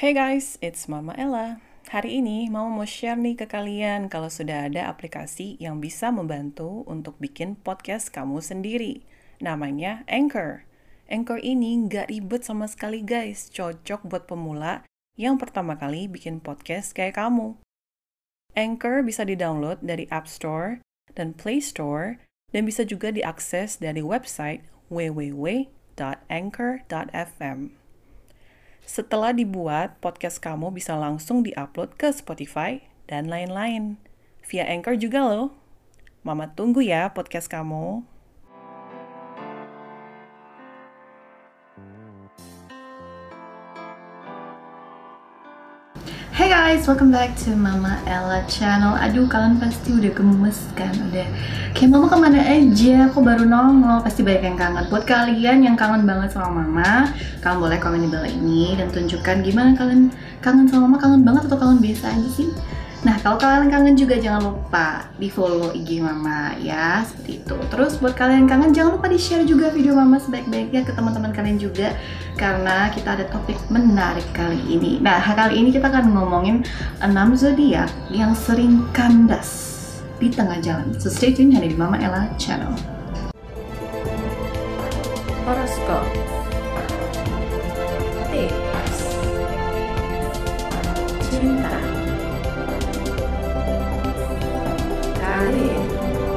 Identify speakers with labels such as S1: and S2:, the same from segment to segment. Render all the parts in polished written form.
S1: Hey guys, it's Mama Ella. Hari ini mau share nih ke kalian kalau sudah ada aplikasi yang bisa membantu untuk bikin podcast kamu sendiri. Namanya Anchor. Anchor ini nggak ribet sama sekali guys, cocok buat pemula yang pertama kali bikin podcast kayak kamu. Anchor bisa di-download dari App Store dan Play Store dan bisa juga diakses dari website www.anchor.fm. Setelah dibuat, podcast kamu bisa langsung diupload ke Spotify dan lain-lain. Via Anchor juga loh. Mama tunggu ya podcast kamu.
S2: Hey guys, welcome back to Mama Ella channel. Aduh, kalian pasti udah gemes kan? Udah kayak mama kemana aja? Kok baru nongol? Pasti banyak yang kangen. Buat kalian yang kangen banget sama mama, kalian boleh komen di bawah ini dan tunjukkan gimana kalian kangen sama mama, kangen banget atau kangen biasa aja sih? Nah, kalau kalian kangen juga jangan lupa di follow IG mama ya, seperti itu. Terus buat kalian yang kangen jangan lupa di share juga video mama sebaik-baiknya ke teman-teman kalian juga, karena kita ada topik menarik kali ini. Nah, kali ini kita akan ngomongin 6 zodiak yang sering kandas di tengah jalan. So stay tune hanya di Mama Ella channel.
S1: Horoskop. Tips. Cinta. Karir.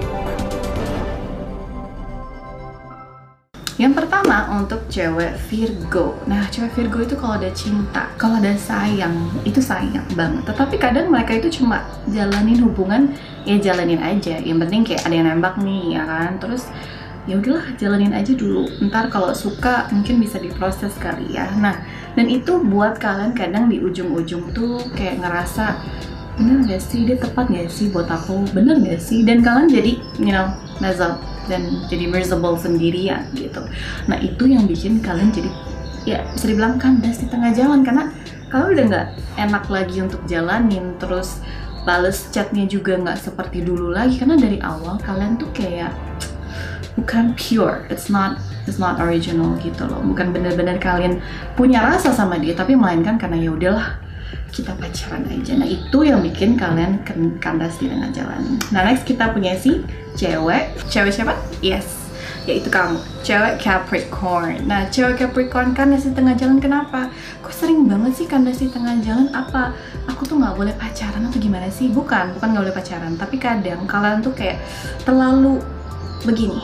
S2: Yang pertama untuk cewek Virgo. Nah, cewek Virgo itu kalau ada cinta, kalau ada sayang, itu sayang banget. Tetapi kadang mereka itu cuma jalanin hubungan, ya jalanin aja. Yang penting kayak ada yang nembak nih, ya kan. Terus ya udahlah, jalanin aja dulu. Ntar kalau suka mungkin bisa diproses kali ya. Nah, dan itu buat kalian kadang di ujung-ujung tuh kayak ngerasa bener gak sih, dia tepat gak sih buat aku, bener gak sih, dan kalian jadi mess up dan jadi miserable sendirian gitu. Nah, itu yang bikin kalian jadi ya bisa dibilang kandas di tengah jalan, karena kalian udah gak enak lagi untuk jalanin, terus bales chatnya juga gak seperti dulu lagi, karena dari awal kalian tuh kayak bukan pure, it's not original gitu loh, bukan bener-bener kalian punya rasa sama dia, tapi melainkan karena ya udahlah kita pacaran aja. Nah, itu yang bikin kalian kandas di tengah jalan. Nah, next kita punya si cewek siapa? Yes, yaitu kamu, cewek Capricorn. Nah, cewek Capricorn kandas di tengah jalan kenapa? Kok sering banget sih kandas di tengah jalan? Apa aku tuh nggak boleh pacaran atau gimana sih? Bukan nggak boleh pacaran, tapi kadang kalian tuh kayak terlalu begini.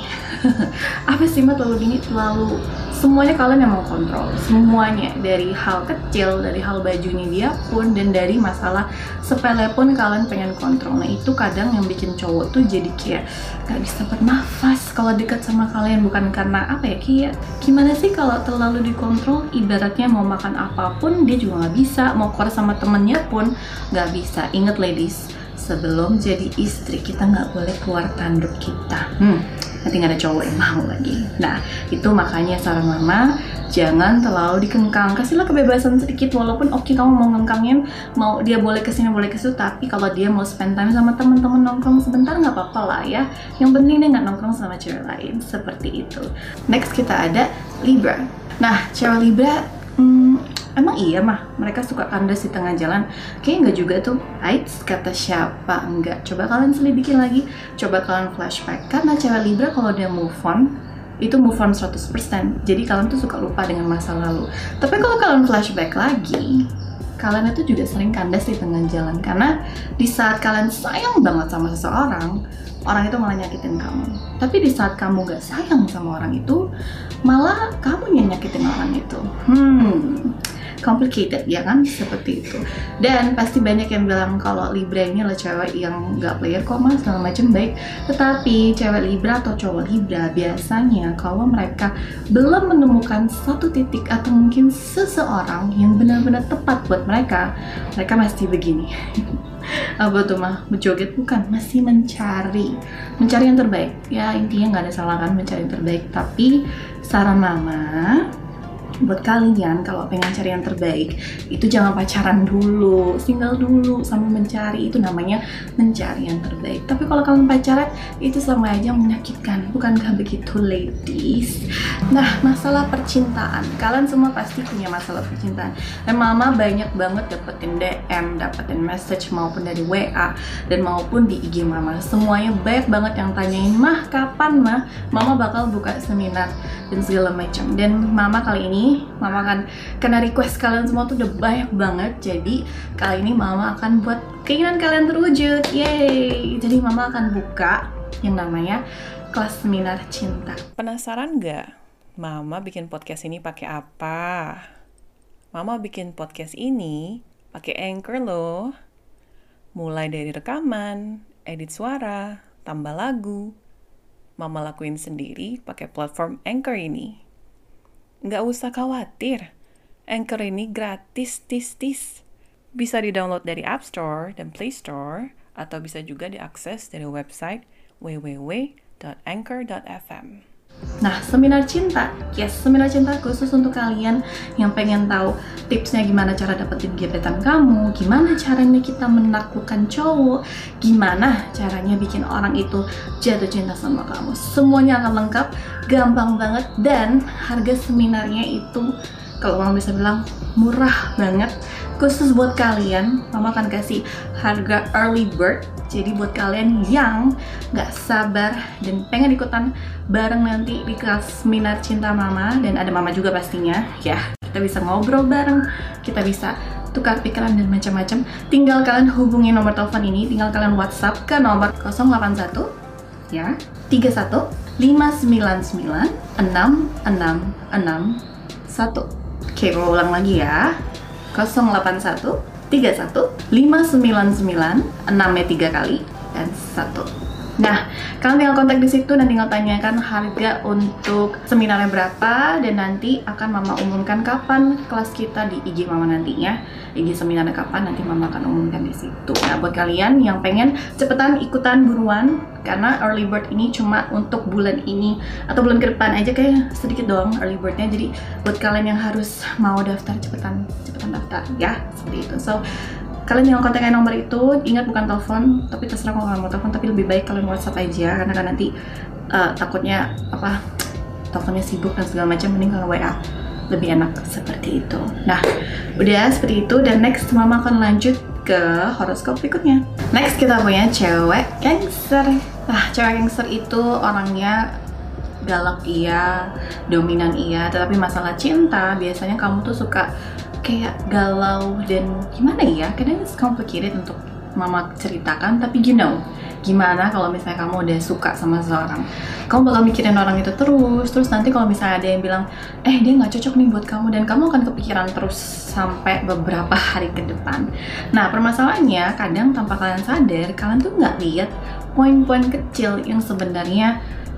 S2: Apa sih mah terlalu gini, terlalu semuanya kalian yang mau kontrol, semuanya, dari hal kecil, dari hal bajunya dia pun, dan dari masalah sepele pun kalian pengen kontrol. Nah, itu kadang yang bikin cowok tuh jadi kayak gak bisa bernafas kalau dekat sama kalian. Bukan karena apa ya, kayak gimana sih kalau terlalu dikontrol, ibaratnya mau makan apapun dia juga gak bisa, mau keluar sama temennya pun gak bisa. Ingat ladies, sebelum jadi istri kita nggak boleh keluar tanduk kita. Nanti nggak ada cowok yang mau lagi. Nah, itu makanya saran mama, jangan terlalu dikengkang. Kasihlah kebebasan sedikit, walaupun oke, kamu mau ngengkangin, mau dia boleh kesini boleh kesitu, tapi kalau dia mau spend time sama temen-temen nongkrong sebentar nggak apa-apa lah ya. Yang penting dia nggak nongkrong sama cewek lain, seperti itu. Next kita ada Libra. Nah, cewek Libra, emang iya mah mereka suka kandas di tengah jalan? Kayaknya enggak juga tuh. Aits, kata siapa enggak? Coba kalian selidikin lagi, coba kalian flashback. Karena cewek Libra kalau dia move on, itu move on 100%. Jadi kalian tuh suka lupa dengan masa lalu. Tapi kalau kalian flashback lagi, kalian itu juga sering kandas di tengah jalan. Karena di saat kalian sayang banget sama seseorang, orang itu malah nyakitin kamu. Tapi di saat kamu gak sayang sama orang itu, malah kamu yang nyakitin orang itu. Complicated ya kan, seperti itu. Dan pasti banyak yang bilang kalau Libra ini adalah cewek yang gak player kok mas, segala macam baik. Tetapi cewek Libra atau cowok Libra biasanya kalau mereka belum menemukan satu titik atau mungkin seseorang yang benar-benar tepat buat mereka, mereka masih begini. Apa tuh mah, menjoget? Bukan, masih mencari yang terbaik. Ya intinya nggak ada salah kan mencari yang terbaik. Tapi saran mama, buat kalian kalau pengen cari yang terbaik itu jangan pacaran dulu, single dulu sambil mencari, itu namanya mencari yang terbaik. Tapi kalau kalian pacaran itu sama aja menyakitkan, bukankah begitu ladies? Nah, masalah percintaan, kalian semua pasti punya masalah percintaan. Dan mama banyak banget dapetin DM, dapetin message maupun dari WA dan maupun di IG mama, semuanya banyak banget yang tanyain, mah kapan mah mama bakal buka seminar dan segala macam. Dan mama kali ini mama akan kena request kalian semua tuh udah banyak banget. Jadi kali ini mama akan buat keinginan kalian terwujud. Yeay. Jadi mama akan buka yang namanya kelas seminar cinta.
S1: Penasaran nggak? Mama bikin podcast ini pakai apa? Mama bikin podcast ini pakai Anchor loh. Mulai dari rekaman, edit suara, tambah lagu. Mama lakuin sendiri pakai platform Anchor ini. Nggak usah khawatir, Anchor ini gratis, tis. Bisa di-download dari App Store dan Play Store, atau bisa juga diakses dari website www.anchor.fm.
S2: Nah, seminar cinta, yes, seminar cinta khusus untuk kalian yang pengen tahu tipsnya gimana cara dapetin gebetan kamu, gimana caranya kita menaklukkan cowok, gimana caranya bikin orang itu jatuh cinta sama kamu. Semuanya akan lengkap, gampang banget, dan harga seminarnya itu kalau mama bisa bilang murah banget. Khusus buat kalian, mama akan kasih harga early bird. Jadi buat kalian yang gak sabar dan pengen ikutan bareng nanti di kelas seminar cinta mama, dan ada mama juga pastinya ya, kita bisa ngobrol bareng, kita bisa tukar pikiran dan macam-macam. Tinggal kalian hubungi nomor telepon ini, tinggal kalian WhatsApp ke nomor 081 ya 31 599 6661. Oke, mau ulang lagi ya. 081 31 599 6-nya 3 kali dan 1. Nah, kalian tinggal kontak di situ dan tinggal tanyakan harga untuk seminarnya berapa, dan nanti akan mama umumkan kapan kelas kita di IG mama nantinya. IG seminarnya kapan nanti mama akan umumkan di situ. Nah, buat kalian yang pengen cepetan ikutan buruan, karena early bird ini cuma untuk bulan ini atau bulan ke depan aja, kayak sedikit doang early birdnya. Jadi buat kalian yang harus mau daftar, cepetan daftar ya, seperti itu. So kalian tinggal kontak nomor itu, ingat bukan telepon, tapi terserah kalau kalian mau telepon, tapi lebih baik kalian WhatsApp aja, karena kan nanti takutnya teleponnya sibuk dan segala macam. Mending kalau WA lebih enak, seperti itu. Nah, udah seperti itu, dan next mama akan lanjut ke horoskop berikutnya. Next kita punya cewek Cancer. Nah, cewek Cancer itu orangnya galak iya, dominan iya, tetapi masalah cinta biasanya kamu tuh suka kayak galau dan gimana ya, kadang it's complicated untuk mama ceritakan, tapi gimana kalau misalnya kamu udah suka sama seseorang, kamu bakal mikirin orang itu terus nanti kalau misalnya ada yang bilang dia nggak cocok nih buat kamu, dan kamu akan kepikiran terus sampai beberapa hari ke depan. Nah, permasalahannya kadang tanpa kalian sadar, kalian tuh nggak lihat poin-poin kecil yang sebenarnya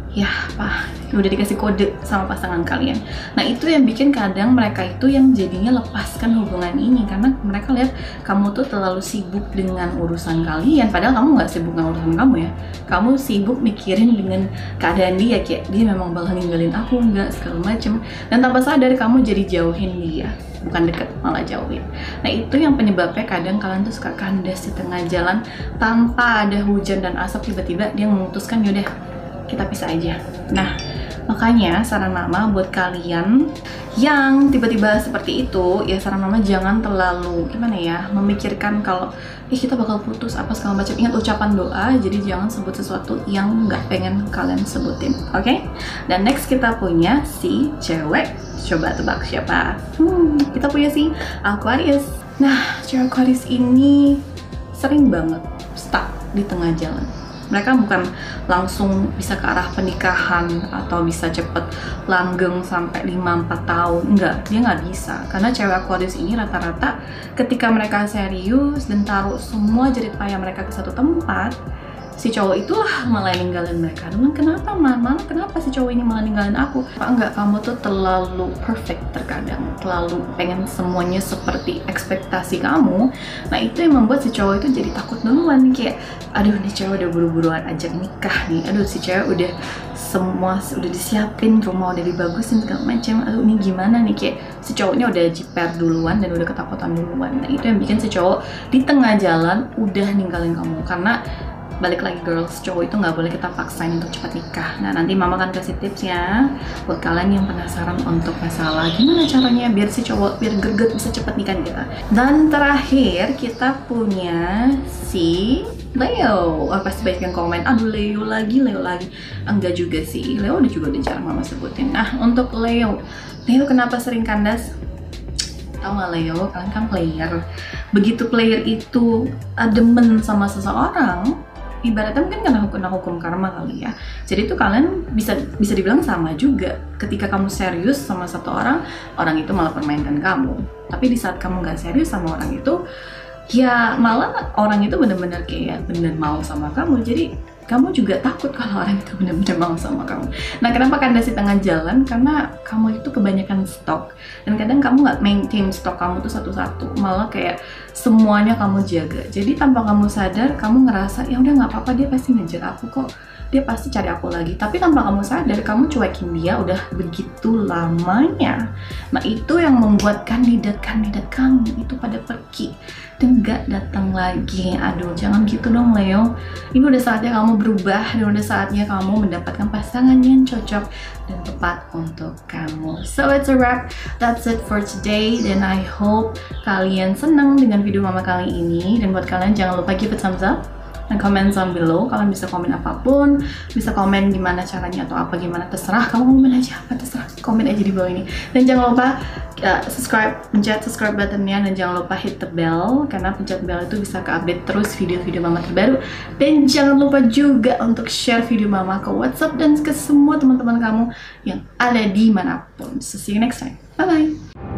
S2: udah dikasih kode sama pasangan kalian. Nah, itu yang bikin kadang mereka itu yang jadinya lepaskan hubungan ini, karena mereka lihat kamu tuh terlalu sibuk dengan urusan kalian, padahal kamu nggak sibuk dengan urusan kamu ya. Kamu sibuk mikirin dengan keadaan dia, kayak dia memang bakal ninggalin aku nggak, segala macem, dan tanpa sadar kamu jadi jauhin dia, bukan deket malah jauhin. Nah, itu yang penyebabnya kadang kalian tuh suka kandas di tengah jalan tanpa ada hujan dan asap, tiba-tiba dia memutuskan yaudah kita pisah aja. Nah, makanya saran mama buat kalian yang tiba-tiba seperti itu, ya saran mama jangan terlalu memikirkan kalau kita bakal putus apa segala macam. Ingat ucapan doa, jadi jangan sebut sesuatu yang nggak pengen kalian sebutin, oke? Dan next kita punya si cewek, coba tebak siapa? Kita punya si Aquarius. Nah, cewek Aquarius ini sering banget stuck di tengah jalan. Mereka bukan langsung bisa ke arah pernikahan atau bisa cepet langgeng sampai 5-4 tahun. Enggak, dia nggak bisa. Karena cewek Aquarius ini rata-rata ketika mereka serius dan taruh semua jerih payah mereka ke satu tempat, si cowok itulah malah ninggalin mereka. Dan kenapa malah kenapa si cowok ini malah ninggalin aku? Apa enggak kamu tuh terlalu perfect terkadang, terlalu pengen semuanya seperti ekspektasi kamu. Nah itu yang membuat si cowok itu jadi takut duluan, kayak aduh nih cewek udah buru-buruan ajak nikah nih, aduh si cewek udah semua udah disiapin, rumah udah dibagusin segala macam, aduh ini gimana nih, kayak si cowoknya udah jiper duluan dan udah ketakutan duluan. Nah itu yang bikin si cowok di tengah jalan udah ninggalin kamu. Karena balik lagi girls, cowok itu nggak boleh kita paksain untuk cepat nikah. Nah nanti mama akan kasih tips ya buat kalian yang penasaran untuk masalah gimana caranya biar si cowok biar greget bisa cepat nikah kita. Dan terakhir kita punya si Leo. Pasti banyak yang komen, aduh Leo lagi. Enggak juga sih, Leo udah jarang mama sebutin. Nah untuk Leo kenapa sering kandas? Tahu nggak Leo, kalian kan player. Begitu player itu demen sama seseorang, ibaratnya mungkin kena hukum karma kali ya. Jadi itu kalian bisa dibilang sama juga. Ketika kamu serius sama satu orang itu malah permainkan kamu. Tapi di saat kamu nggak serius sama orang itu, ya malah orang itu benar-benar kayak benar mau sama kamu. Jadi kamu juga takut kalau orang itu benar-benar mau sama kamu. Nah kenapa kandas di tengah jalan? Karena kamu itu kebanyakan stok, dan kadang kamu nggak maintain stok kamu tuh satu-satu, malah kayak semuanya kamu jaga. Jadi tanpa kamu sadar, kamu ngerasa ya udah nggak apa-apa, dia pasti ngejar aku kok, dia pasti cari aku lagi. Tapi tanpa kamu sadar, kamu cuekin dia udah begitu lamanya. Nah itu yang membuat kandidat-kandidat kamu itu pada pergi dan gak datang lagi. Aduh jangan gitu dong Leo. Ini udah saatnya kamu berubah, dan udah saatnya kamu mendapatkan pasangan yang cocok dan tepat untuk kamu. So it's a wrap, that's it for today. Dan I hope kalian senang dengan video mama kali ini. Dan buat kalian jangan lupa give it thumbs up dan comment down below. Kalian bisa komen apapun, bisa komen gimana caranya atau apa gimana, terserah. Kamu komen aja apa, terserah, komen aja di bawah ini. Dan jangan lupa pencet subscribe buttonnya, dan jangan lupa hit the bell, karena pencet bell itu bisa ke-update terus video-video mama terbaru. Dan jangan lupa juga untuk share video mama ke WhatsApp dan ke semua teman-teman kamu yang ada di manapun. So see you next time, bye bye.